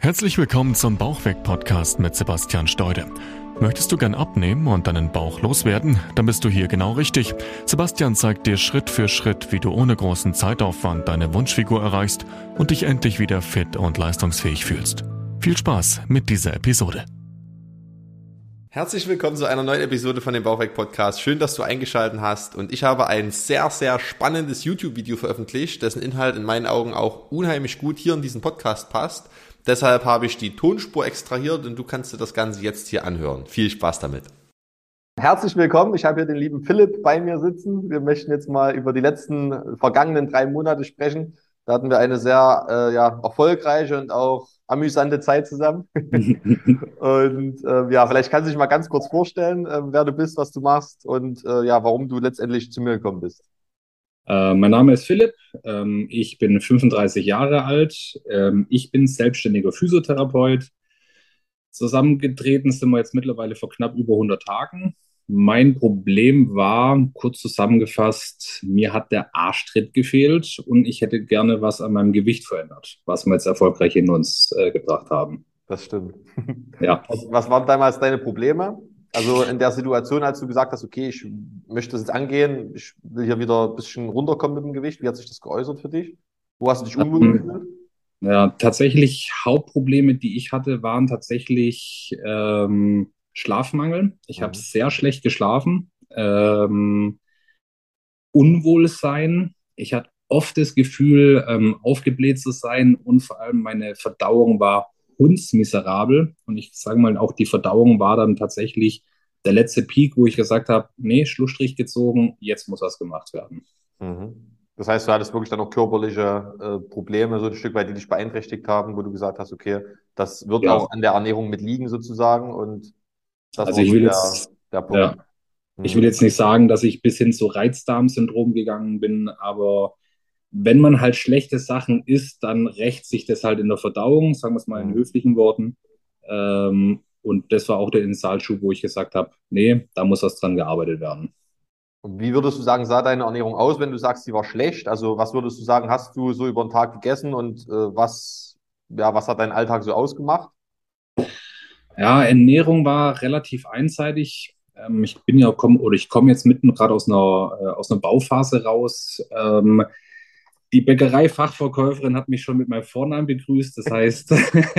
Herzlich willkommen zum Bauchweg-Podcast mit Sebastian Steude. Möchtest du gern abnehmen und deinen Bauch loswerden? Dann bist du hier genau richtig. Sebastian zeigt dir Schritt für Schritt, wie du ohne großen Zeitaufwand deine Wunschfigur erreichst und dich endlich wieder fit und leistungsfähig fühlst. Viel Spaß mit dieser Episode. Herzlich willkommen zu einer neuen Episode von dem Bauchweg-Podcast. Schön, dass du eingeschaltet hast, und ich habe ein sehr, sehr spannendes YouTube-Video veröffentlicht, dessen Inhalt in meinen Augen auch unheimlich gut hier in diesen Podcast passt. Deshalb habe ich die Tonspur extrahiert und du kannst dir das Ganze jetzt hier anhören. Viel Spaß damit. Herzlich willkommen. Ich habe hier den lieben Philipp bei mir sitzen. Wir möchten jetzt mal über die letzten vergangenen 3 Monate sprechen. Da hatten wir eine sehr erfolgreiche und auch amüsante Zeit zusammen. Und vielleicht kannst du dich mal ganz kurz vorstellen, wer du bist, was du machst und warum du letztendlich zu mir gekommen bist. Mein Name ist Philipp, ich bin 35 Jahre alt, ich bin selbstständiger Physiotherapeut. Zusammengetreten sind wir jetzt mittlerweile vor knapp über 100 Tagen. Mein Problem war, kurz zusammengefasst, mir hat der Arschtritt gefehlt und ich hätte gerne was an meinem Gewicht verändert, was wir jetzt erfolgreich hinter uns gebracht haben. Das stimmt. Ja. Was waren damals deine Probleme? Also in der Situation, als du gesagt hast, okay, ich möchte das jetzt angehen, ich will hier wieder ein bisschen runterkommen mit dem Gewicht. Wie hat sich das geäußert für dich? Wo hast du dich unwohl gefühlt? Ja, tatsächlich Hauptprobleme, die ich hatte, waren tatsächlich Schlafmangel. Ich habe sehr schlecht geschlafen. Unwohlsein. Ich hatte oft das Gefühl, aufgebläht zu sein, und vor allem meine Verdauung war hundsmiserabel. Und ich sage mal, auch die Verdauung war dann tatsächlich der letzte Peak, wo ich gesagt habe, nee, Schlussstrich gezogen, jetzt muss was gemacht werden. Das heißt, du hattest wirklich dann auch körperliche Probleme, so ein Stück weit, die dich beeinträchtigt haben, wo du gesagt hast, okay, das wird auch an der Ernährung mit liegen sozusagen, und das Also war der Punkt. Ja, ich will jetzt nicht sagen, dass ich bis hin zu Reizdarmsyndrom gegangen bin, aber wenn man halt schlechte Sachen isst, dann rächt sich das halt in der Verdauung, sagen wir es mal in höflichen Worten. Und das war auch der Initialschub, wo ich gesagt habe, nee, da muss was dran gearbeitet werden. Und wie würdest du sagen, sah deine Ernährung aus, wenn du sagst, sie war schlecht? Also was würdest du sagen, hast du so über den Tag gegessen, und was hat deinen Alltag so ausgemacht? Ja, Ernährung war relativ einseitig. Ich komme jetzt mitten gerade aus einer Bauphase raus. Die Bäckereifachverkäuferin hat mich schon mit meinem Vornamen begrüßt. Das heißt,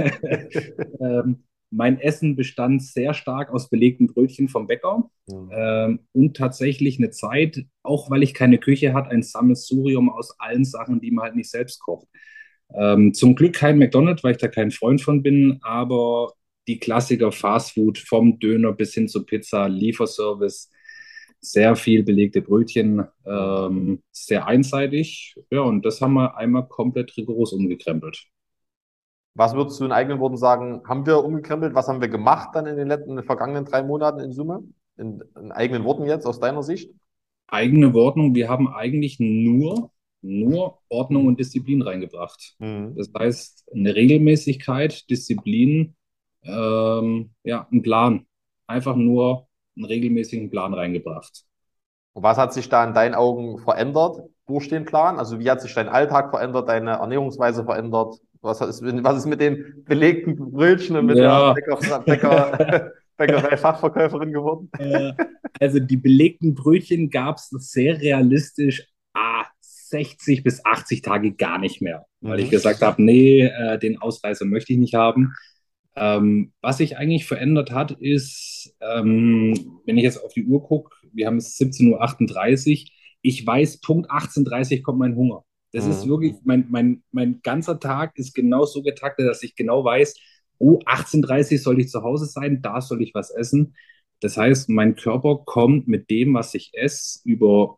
mein Essen bestand sehr stark aus belegten Brötchen vom Bäcker. Und tatsächlich eine Zeit, auch weil ich keine Küche hatte, ein Sammelsurium aus allen Sachen, die man halt nicht selbst kocht. Zum Glück kein McDonald's, weil ich da kein Freund von bin, aber die Klassiker Fastfood, vom Döner bis hin zu Pizza, Lieferservice, sehr viel belegte Brötchen, sehr einseitig. Ja, und das haben wir einmal komplett rigoros umgekrempelt. Was würdest du in eigenen Worten sagen, haben wir umgekrempelt? Was haben wir gemacht dann in den vergangenen 3 Monaten in Summe? In eigenen Worten jetzt, aus deiner Sicht? Eigene Ordnung, wir haben eigentlich nur Ordnung und Disziplin reingebracht. Das heißt, eine Regelmäßigkeit, Disziplin, ein Plan. Einfach nur einen regelmäßigen Plan reingebracht. Und was hat sich da in deinen Augen verändert durch den Plan? Also wie hat sich dein Alltag verändert, deine Ernährungsweise verändert? Was ist mit den belegten Brötchen und mit der Bäckerei-Fachverkäuferin geworden? Also die belegten Brötchen gab es sehr realistisch 60 bis 80 Tage gar nicht mehr, weil ich gesagt habe, nee, den Ausreißer möchte ich nicht haben. Was sich eigentlich verändert hat, ist, wenn ich jetzt auf die Uhr gucke, wir haben es 17:38 Uhr, ich weiß, Punkt 18:30 Uhr kommt mein Hunger. Das ist wirklich, mein ganzer Tag ist genau so getaktet, dass ich genau weiß, 18:30 Uhr soll ich zu Hause sein, da soll ich was essen. Das heißt, mein Körper kommt mit dem, was ich esse, über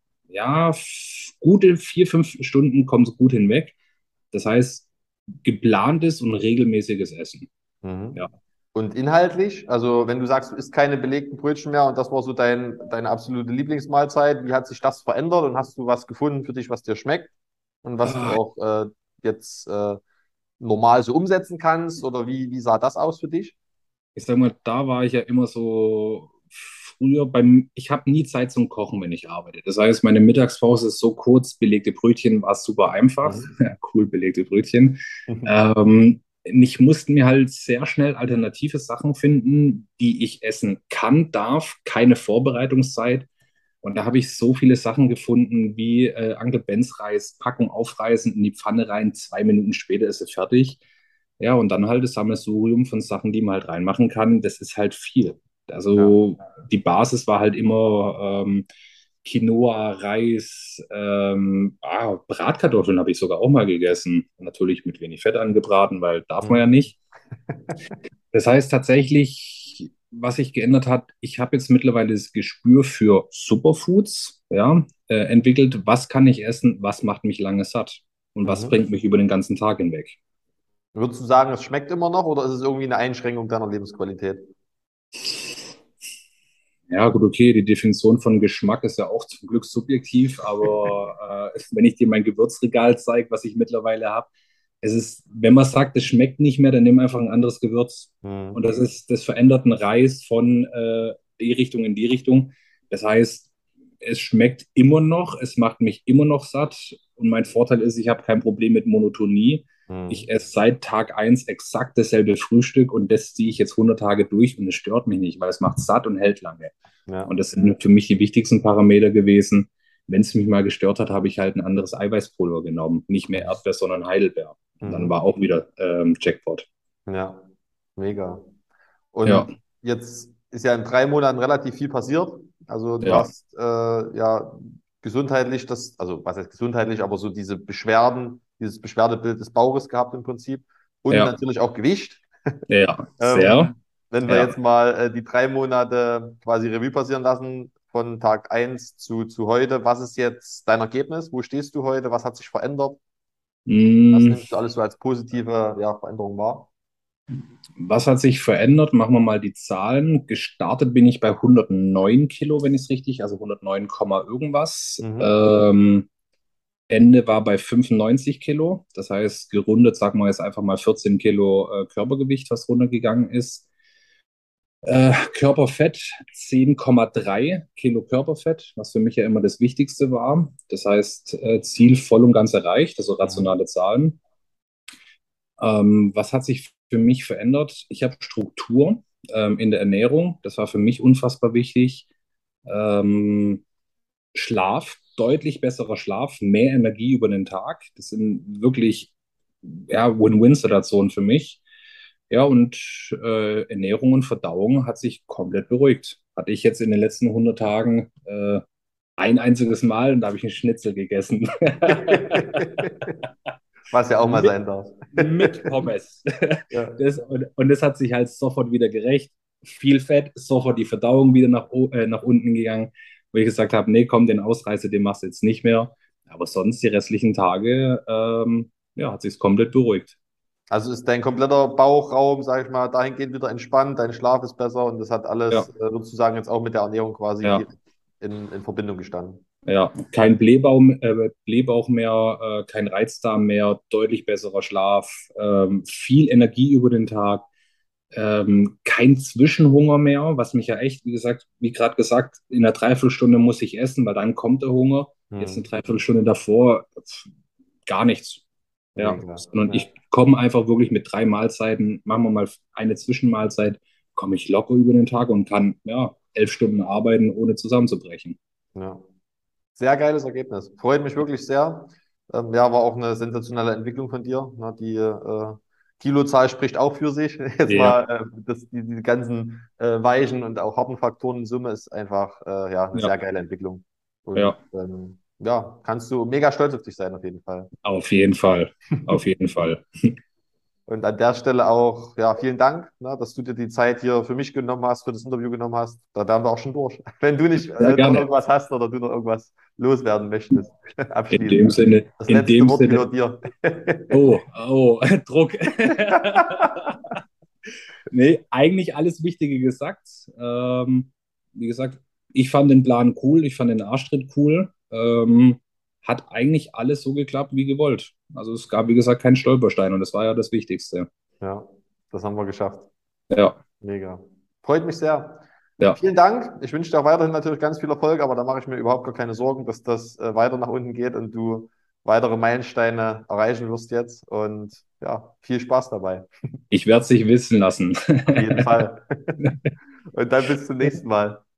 gute 4, 5 Stunden kommt es gut hinweg. Das heißt, geplantes und regelmäßiges Essen. Ja. Und inhaltlich, also wenn du sagst, du isst keine belegten Brötchen mehr und das war so deine absolute Lieblingsmahlzeit, wie hat sich das verändert, und hast du was gefunden für dich, was dir schmeckt und was du auch jetzt normal so umsetzen kannst, oder wie sah das aus für dich? Ich sag mal, da war ich ja immer so früher ich habe nie Zeit zum Kochen, wenn ich arbeite. Das heißt, meine Mittagspause ist so kurz, belegte Brötchen war super einfach. Cool, belegte Brötchen. ich musste mir halt sehr schnell alternative Sachen finden, die ich essen kann, darf, keine Vorbereitungszeit. Und da habe ich so viele Sachen gefunden wie Uncle Ben's Reis, Packung aufreißen, in die Pfanne rein, 2 Minuten später ist es fertig. Ja, und dann halt das Sammelsurium von Sachen, die man halt reinmachen kann, das ist halt viel. Ja. Also die Basis war halt immer Quinoa, Reis, Bratkartoffeln habe ich sogar auch mal gegessen. Natürlich mit wenig Fett angebraten, weil darf man ja Mhm. nicht. Das heißt tatsächlich, was sich geändert hat, ich habe jetzt mittlerweile das Gespür für Superfoods, ja, entwickelt. Was kann ich essen? Was macht mich lange satt? Und was Mhm. bringt mich über den ganzen Tag hinweg? Würdest du sagen, es schmeckt immer noch oder ist es irgendwie eine Einschränkung deiner Lebensqualität? Ja, gut, okay, die Definition von Geschmack ist ja auch zum Glück subjektiv, aber wenn ich dir mein Gewürzregal zeige, was ich mittlerweile habe, es ist, wenn man sagt, es schmeckt nicht mehr, dann nimm einfach ein anderes Gewürz. Und Mhm. das ist, das verändert einen Reis von die Richtung in die Richtung. Das heißt, es schmeckt immer noch, es macht mich immer noch satt. Und mein Vorteil ist, ich habe kein Problem mit Monotonie. Ich Mhm. esse seit Tag eins exakt dasselbe Frühstück und das ziehe ich jetzt 100 Tage durch und es stört mich nicht, weil es macht satt und hält lange. Ja. Und das sind für mich die wichtigsten Parameter gewesen. Wenn es mich mal gestört hat, habe ich halt ein anderes Eiweißpulver genommen. Nicht mehr Mhm. Erdbeer, sondern Heidelbeer. Und dann war Mhm. auch wieder Jackpot. Ja. Mega. Ja, Und jetzt ist ja in 3 Monaten relativ viel passiert. Also du ja, hast ja gesundheitlich das, also was heißt gesundheitlich, aber so diese Beschwerden, dieses Beschwerdebild des Bauches gehabt im Prinzip und ja, natürlich auch Gewicht. ja, sehr. Ähm, wenn wir Ja. jetzt mal die 3 Monate quasi Revue passieren lassen, von Tag eins zu heute, was ist jetzt dein Ergebnis? Wo stehst du heute? Was hat sich verändert? Was Mm, nimmst du alles so als positive ja, Veränderung wahr? Was hat sich verändert? Machen wir mal die Zahlen. Gestartet bin ich bei 109 Kilo, wenn ich es richtig, also 109, irgendwas. Mhm. Ende war bei 95 Kilo. Das heißt, gerundet, sagen wir jetzt einfach mal 14 Kilo Körpergewicht, was runtergegangen ist. Körperfett 10,3 Kilo Körperfett, was für mich ja immer das Wichtigste war. Das heißt, Ziel voll und ganz erreicht, also Mhm. rationale Zahlen. Was hat sich für mich verändert? Ich habe Struktur in der Ernährung. Das war für mich unfassbar wichtig. Ähm, Schlaf, deutlich besserer Schlaf, mehr Energie über den Tag. Das sind wirklich ja, Win-Win-Situationen für mich. Ja, und Ernährung und Verdauung hat sich komplett beruhigt. Hatte ich jetzt in den letzten 100 Tagen ein einziges Mal und da habe ich einen Schnitzel gegessen. Was ja auch mal mit, sein darf. mit Pommes. Ja. Und das hat sich halt sofort wieder gerecht. Viel Fett, sofort die Verdauung wieder nach unten gegangen, wo ich gesagt habe, nee, komm, den Ausreißer, den machst du jetzt nicht mehr. Aber sonst die restlichen Tage, ja, hat sich komplett beruhigt. Also ist dein kompletter Bauchraum, sag ich mal, dahingehend wieder entspannt, dein Schlaf ist besser und das hat alles, Ja, würdest du sagen, jetzt auch mit der Ernährung quasi ja, direkt in Verbindung gestanden. ja. Kein Blähbauch mehr, kein Reizdarm mehr, deutlich besserer Schlaf, viel Energie über den Tag. Kein Zwischenhunger mehr, was mich ja echt, wie gesagt, wie gerade gesagt, in einer Dreiviertelstunde muss ich essen, weil dann kommt der Hunger. Jetzt eine Hm. Dreiviertelstunde davor, gar nichts. Ja, Mega. sondern Ja. ich komme einfach wirklich mit 3 Mahlzeiten, machen wir mal eine Zwischenmahlzeit, komme ich locker über den Tag und kann, ja, 11 Stunden arbeiten, ohne zusammenzubrechen. Ja. Sehr geiles Ergebnis. Freut mich wirklich sehr. Ja, war auch eine sensationelle Entwicklung von dir. Ne? Die Kilozahl spricht auch für sich. Jetzt Ja, mal, die ganzen weichen und auch harten Faktoren in Summe ist einfach ja, eine ja, sehr geile Entwicklung. Und ja, ja, kannst du mega stolz auf dich sein, auf jeden Fall. auf jeden Fall. Auf jeden Fall. Und an der Stelle auch, ja, vielen Dank, ne, dass du dir die Zeit hier für mich genommen hast, für das Interview genommen hast. Da wären wir auch schon durch. Wenn du nicht Sehr noch gerne. irgendwas hast oder du noch irgendwas loswerden möchtest, abschließend. Das In letzte dem Wort Sinne, gehört dir. oh, Druck. Nee, eigentlich alles Wichtige gesagt. Wie gesagt, ich fand den Plan cool, ich fand den Arschtritt cool. Hat eigentlich alles so geklappt wie gewollt. Also es gab, wie gesagt, keinen Stolperstein und das war ja das Wichtigste. Ja, das haben wir geschafft. Ja, Mega. Freut mich sehr. ja, Vielen Dank. Ich wünsche dir auch weiterhin natürlich ganz viel Erfolg, aber da mache ich mir überhaupt gar keine Sorgen, dass das weiter nach unten geht und du weitere Meilensteine erreichen wirst jetzt und ja, viel Spaß dabei. Ich werde es dich wissen lassen. Auf jeden Fall. Und dann bis zum nächsten Mal.